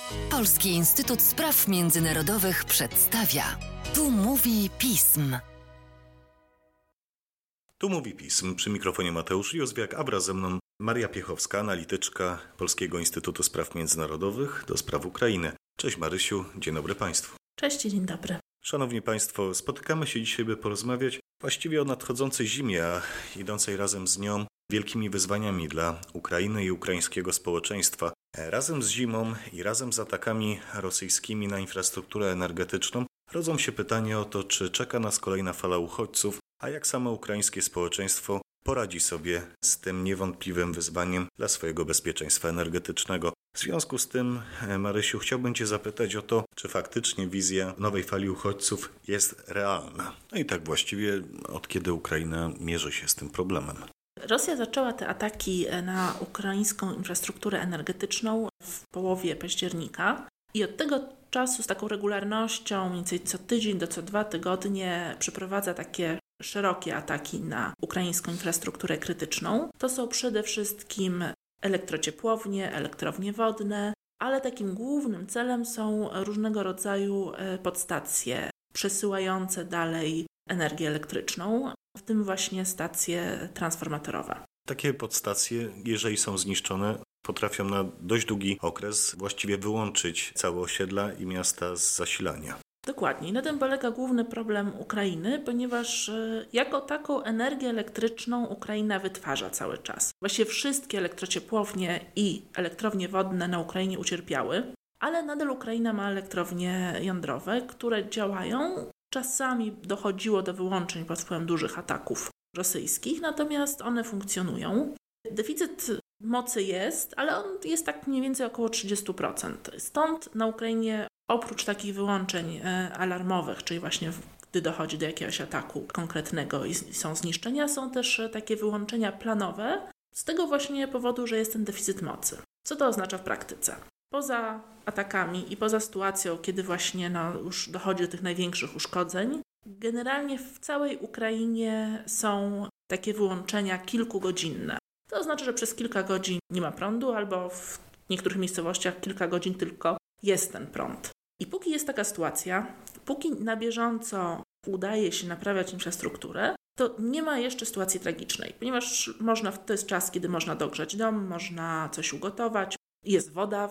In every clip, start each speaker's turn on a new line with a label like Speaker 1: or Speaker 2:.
Speaker 1: Polski Instytut Spraw Międzynarodowych przedstawia. Tu mówi pism.
Speaker 2: Tu mówi pism. Przy mikrofonie Mateusz Józwiak, a wraz ze mną Maria Piechowska, analityczka Polskiego Instytutu Spraw Międzynarodowych do spraw Ukrainy. Cześć Marysiu, dzień dobry Państwu.
Speaker 3: Cześć, dzień dobry.
Speaker 2: Szanowni Państwo, spotykamy się dzisiaj, by porozmawiać właściwie o nadchodzącej zimie, a idącej razem z nią wielkimi wyzwaniami dla Ukrainy i ukraińskiego społeczeństwa. Razem z zimą i razem z atakami rosyjskimi na infrastrukturę energetyczną rodzą się pytania o to, czy czeka nas kolejna fala uchodźców, a jak samo ukraińskie społeczeństwo poradzi sobie z tym niewątpliwym wyzwaniem dla swojego bezpieczeństwa energetycznego. W związku z tym, Marysiu, chciałbym Cię zapytać o to, czy faktycznie wizja nowej fali uchodźców jest realna. No i tak właściwie od kiedy Ukraina mierzy się z tym problemem.
Speaker 3: Rosja zaczęła te ataki na ukraińską infrastrukturę energetyczną w połowie października i od tego czasu z taką regularnością, mniej więcej co tydzień do co 2 tygodnie, przeprowadza takie szerokie ataki na ukraińską infrastrukturę krytyczną. To są przede wszystkim elektrociepłownie, elektrownie wodne, ale takim głównym celem są różnego rodzaju podstacje przesyłające dalej energię elektryczną, w tym właśnie stacje transformatorowe.
Speaker 2: Takie podstacje, jeżeli są zniszczone, potrafią na dość długi okres właściwie wyłączyć całe osiedla i miasta z zasilania.
Speaker 3: Dokładnie. Na tym polega główny problem Ukrainy, ponieważ jako taką energię elektryczną Ukraina wytwarza cały czas. Właściwie wszystkie elektrociepłownie i elektrownie wodne na Ukrainie ucierpiały, ale nadal Ukraina ma elektrownie jądrowe, które działają. Czasami dochodziło do wyłączeń pod wpływem dużych ataków rosyjskich, natomiast one funkcjonują. Deficyt mocy jest, ale on jest tak mniej więcej około 30%. Stąd na Ukrainie oprócz takich wyłączeń alarmowych, czyli właśnie gdy dochodzi do jakiegoś ataku konkretnego i są zniszczenia, są też takie wyłączenia planowe z tego właśnie powodu, że jest ten deficyt mocy. Co to oznacza w praktyce? Poza atakami i poza sytuacją, kiedy właśnie już dochodzi do tych największych uszkodzeń, generalnie w całej Ukrainie są takie wyłączenia kilkugodzinne. To oznacza, że przez kilka godzin nie ma prądu albo w niektórych miejscowościach kilka godzin tylko jest ten prąd. I póki jest taka sytuacja, póki na bieżąco udaje się naprawiać infrastrukturę, to nie ma jeszcze sytuacji tragicznej, ponieważ to jest czas, kiedy można dogrzać dom, można coś ugotować, jest woda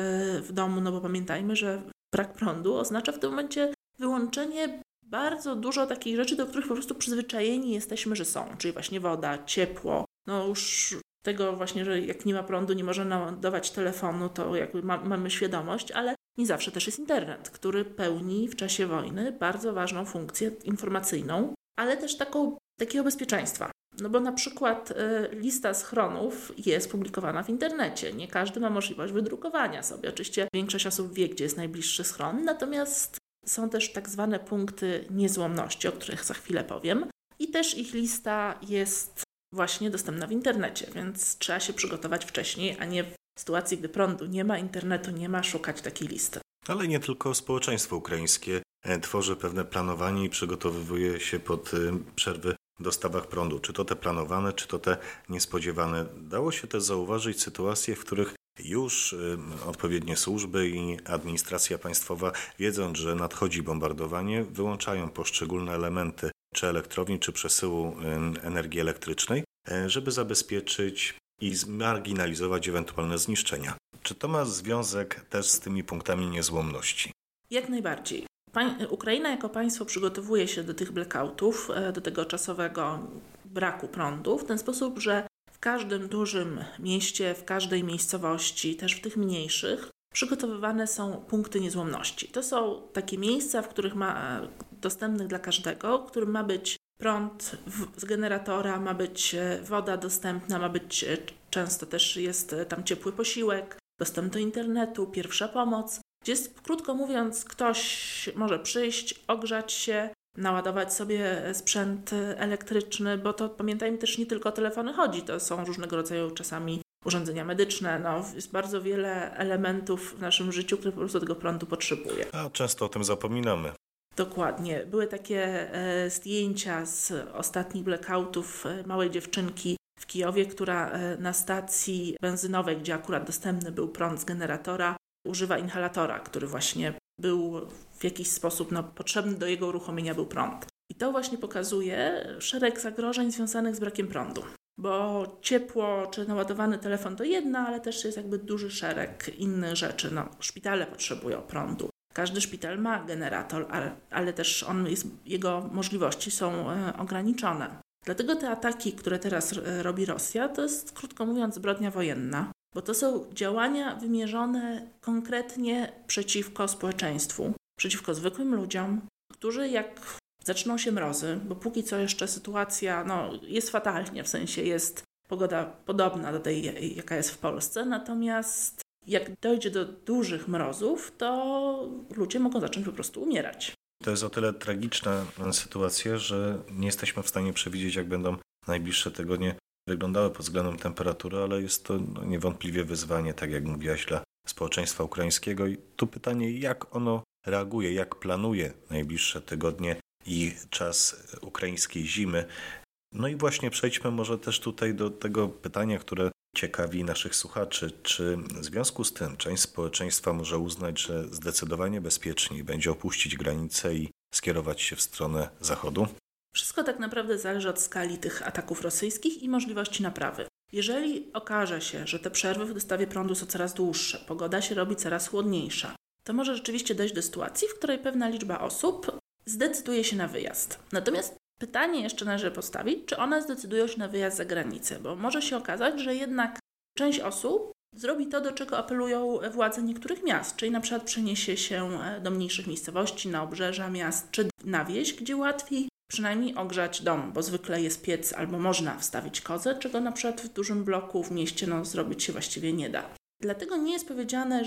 Speaker 3: w domu, no bo pamiętajmy, że brak prądu oznacza w tym momencie wyłączenie bardzo dużo takich rzeczy, do których po prostu przyzwyczajeni jesteśmy, że są, czyli właśnie woda, ciepło, no już tego właśnie, że jak nie ma prądu, nie można naładować telefonu, to jakby mamy świadomość, ale nie zawsze też jest internet, który pełni w czasie wojny bardzo ważną funkcję informacyjną, ale też takiego bezpieczeństwa. No bo na przykład lista schronów jest publikowana w internecie. Nie każdy ma możliwość wydrukowania sobie. Oczywiście większość osób wie, gdzie jest najbliższy schron, natomiast są też tak zwane punkty niezłomności, o których za chwilę powiem. I też ich lista jest właśnie dostępna w internecie, więc trzeba się przygotować wcześniej, a nie w sytuacji, gdy prądu nie ma, internetu nie ma, szukać takiej listy.
Speaker 2: Ale nie tylko społeczeństwo ukraińskie tworzy pewne planowanie i przygotowuje się pod przerwy w dostawach prądu. Czy to te planowane, czy to te niespodziewane. Dało się też zauważyć sytuacje, w których już odpowiednie służby i administracja państwowa, wiedząc, że nadchodzi bombardowanie, wyłączają poszczególne elementy czy elektrowni, czy przesyłu energii elektrycznej, żeby zabezpieczyć i zmarginalizować ewentualne zniszczenia. Czy to ma związek też z tymi punktami niezłomności?
Speaker 3: Jak najbardziej. Ukraina jako państwo przygotowuje się do tych blackoutów, do tego czasowego braku prądu w ten sposób, że w każdym dużym mieście, w każdej miejscowości, też w tych mniejszych, przygotowywane są punkty niezłomności. To są takie miejsca, w których dostępnych dla każdego, w którym ma być prąd z generatora, ma być woda dostępna, ma być często też jest tam ciepły posiłek, dostęp do internetu, pierwsza pomoc. Gdzie krótko mówiąc, ktoś może przyjść, ogrzać się, naładować sobie sprzęt elektryczny, bo to pamiętajmy też nie tylko o telefony chodzi, to są różnego rodzaju czasami urządzenia medyczne, jest bardzo wiele elementów w naszym życiu, które po prostu tego prądu potrzebuje.
Speaker 2: A często o tym zapominamy.
Speaker 3: Dokładnie. Były takie zdjęcia z ostatnich blackoutów małej dziewczynki w Kijowie, która na stacji benzynowej, gdzie akurat dostępny był prąd z generatora, używa inhalatora, który właśnie był w jakiś sposób potrzebny do jego uruchomienia był prąd. I to właśnie pokazuje szereg zagrożeń związanych z brakiem prądu. Bo ciepło czy naładowany telefon to jedno, ale też jest jakby duży szereg innych rzeczy. Szpitale potrzebują prądu. Każdy szpital ma generator, ale też jego możliwości są ograniczone. Dlatego te ataki, które teraz robi Rosja, to jest, krótko mówiąc, zbrodnia wojenna. Bo to są działania wymierzone konkretnie przeciwko społeczeństwu, przeciwko zwykłym ludziom, którzy jak zaczną się mrozy, bo póki co jeszcze sytuacja jest fatalnie, w sensie jest pogoda podobna do tej, jaka jest w Polsce, natomiast jak dojdzie do dużych mrozów, to ludzie mogą zacząć po prostu umierać.
Speaker 2: To jest o tyle tragiczna sytuacja, że nie jesteśmy w stanie przewidzieć, jak będą najbliższe tygodnie wyglądały pod względem temperatury, ale jest to niewątpliwie wyzwanie, tak jak mówiłaś, dla społeczeństwa ukraińskiego. I tu pytanie, jak ono reaguje, jak planuje najbliższe tygodnie i czas ukraińskiej zimy. No i właśnie przejdźmy może też tutaj do tego pytania, które ciekawi naszych słuchaczy. Czy w związku z tym część społeczeństwa może uznać, że zdecydowanie bezpieczniej będzie opuścić granicę i skierować się w stronę zachodu?
Speaker 3: Wszystko tak naprawdę zależy od skali tych ataków rosyjskich i możliwości naprawy. Jeżeli okaże się, że te przerwy w dostawie prądu są coraz dłuższe, pogoda się robi coraz chłodniejsza, to może rzeczywiście dojść do sytuacji, w której pewna liczba osób zdecyduje się na wyjazd. Natomiast pytanie jeszcze należy postawić, czy one zdecydują się na wyjazd za granicę, bo może się okazać, że jednak część osób zrobi to, do czego apelują władze niektórych miast, czyli na przykład przeniesie się do mniejszych miejscowości, na obrzeża miast, czy na wieś, gdzie łatwiej przynajmniej ogrzać dom, bo zwykle jest piec albo można wstawić kozę, czego na przykład w dużym bloku w mieście zrobić się właściwie nie da. Dlatego nie jest powiedziane,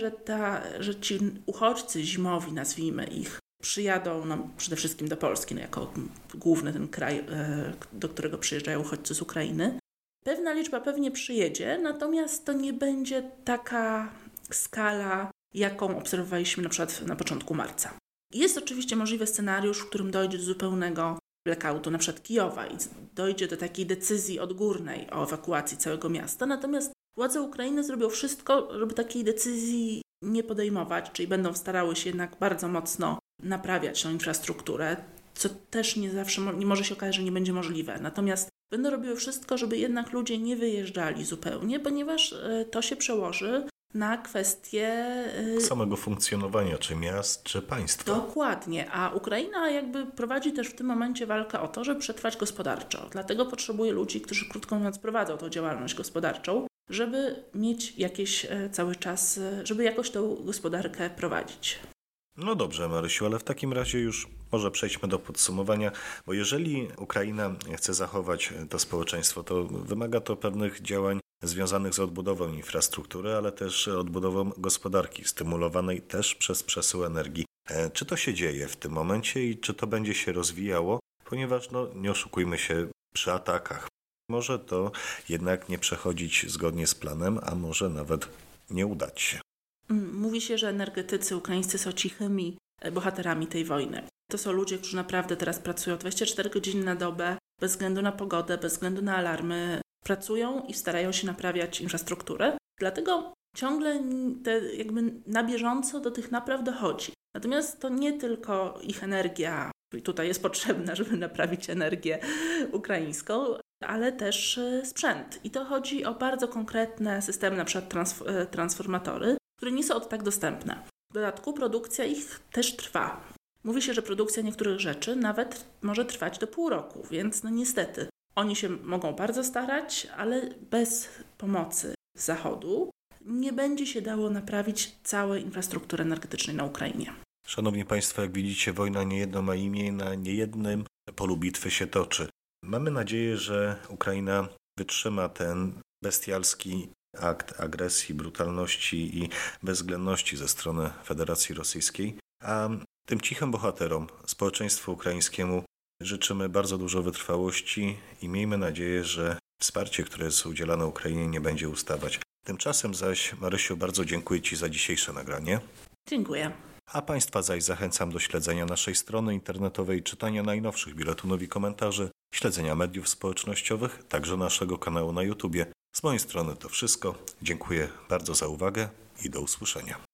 Speaker 3: że ci uchodźcy zimowi, nazwijmy ich, przyjadą przede wszystkim do Polski, jako główny ten kraj, do którego przyjeżdżają uchodźcy z Ukrainy. Pewna liczba pewnie przyjedzie, natomiast to nie będzie taka skala, jaką obserwowaliśmy na przykład na początku marca. Jest oczywiście możliwy scenariusz, w którym dojdzie do zupełnego blackoutu, na przykład Kijowa, i dojdzie do takiej decyzji odgórnej o ewakuacji całego miasta, natomiast władze Ukrainy zrobią wszystko, żeby takiej decyzji nie podejmować, czyli będą starały się jednak bardzo mocno naprawiać tą infrastrukturę, co też nie zawsze nie może się okazać, że nie będzie możliwe. Natomiast będą robiły wszystko, żeby jednak ludzie nie wyjeżdżali zupełnie, ponieważ to się przełoży na kwestię
Speaker 2: samego funkcjonowania, czy miast, czy państwa.
Speaker 3: Dokładnie, a Ukraina jakby prowadzi też w tym momencie walkę o to, żeby przetrwać gospodarczo. Dlatego potrzebuje ludzi, którzy krótko mówiąc prowadzą tą działalność gospodarczą, żeby mieć jakieś cały czas, żeby jakoś tą gospodarkę prowadzić.
Speaker 2: No dobrze, Marysiu, ale w takim razie już może przejdźmy do podsumowania, bo jeżeli Ukraina chce zachować to społeczeństwo, to wymaga to pewnych działań związanych z odbudową infrastruktury, ale też odbudową gospodarki, stymulowanej też przez przesył energii. Czy to się dzieje w tym momencie i czy to będzie się rozwijało? Ponieważ, nie oszukujmy się, przy atakach może to jednak nie przechodzić zgodnie z planem, a może nawet nie udać się.
Speaker 3: Mówi się, że energetycy ukraińscy są cichymi bohaterami tej wojny. To są ludzie, którzy naprawdę teraz pracują 24 godziny na dobę, bez względu na pogodę, bez względu na alarmy. Pracują i starają się naprawiać infrastrukturę. Dlatego ciągle jakby na bieżąco do tych napraw dochodzi. Natomiast to nie tylko ich energia tutaj jest potrzebna, żeby naprawić energię ukraińską, ale też sprzęt. I to chodzi o bardzo konkretne systemy, na przykład transformatory, które nie są od tak dostępne. W dodatku produkcja ich też trwa. Mówi się, że produkcja niektórych rzeczy nawet może trwać do pół roku, więc niestety oni się mogą bardzo starać, ale bez pomocy z Zachodu nie będzie się dało naprawić całej infrastruktury energetycznej na Ukrainie.
Speaker 2: Szanowni Państwo, jak widzicie, wojna niejedno ma imię, na niejednym polu bitwy się toczy. Mamy nadzieję, że Ukraina wytrzyma ten bestialski akt agresji, brutalności i bezwzględności ze strony Federacji Rosyjskiej, a tym cichym bohaterom, społeczeństwu ukraińskiemu, życzymy bardzo dużo wytrwałości i miejmy nadzieję, że wsparcie, które jest udzielane Ukrainie, nie będzie ustawać. Tymczasem zaś, Marysiu, bardzo dziękuję Ci za dzisiejsze nagranie.
Speaker 3: Dziękuję.
Speaker 2: A Państwa zaś zachęcam do śledzenia naszej strony internetowej, czytania najnowszych biuletynów i komentarzy, śledzenia mediów społecznościowych, także naszego kanału na YouTubie. Z mojej strony to wszystko. Dziękuję bardzo za uwagę i do usłyszenia.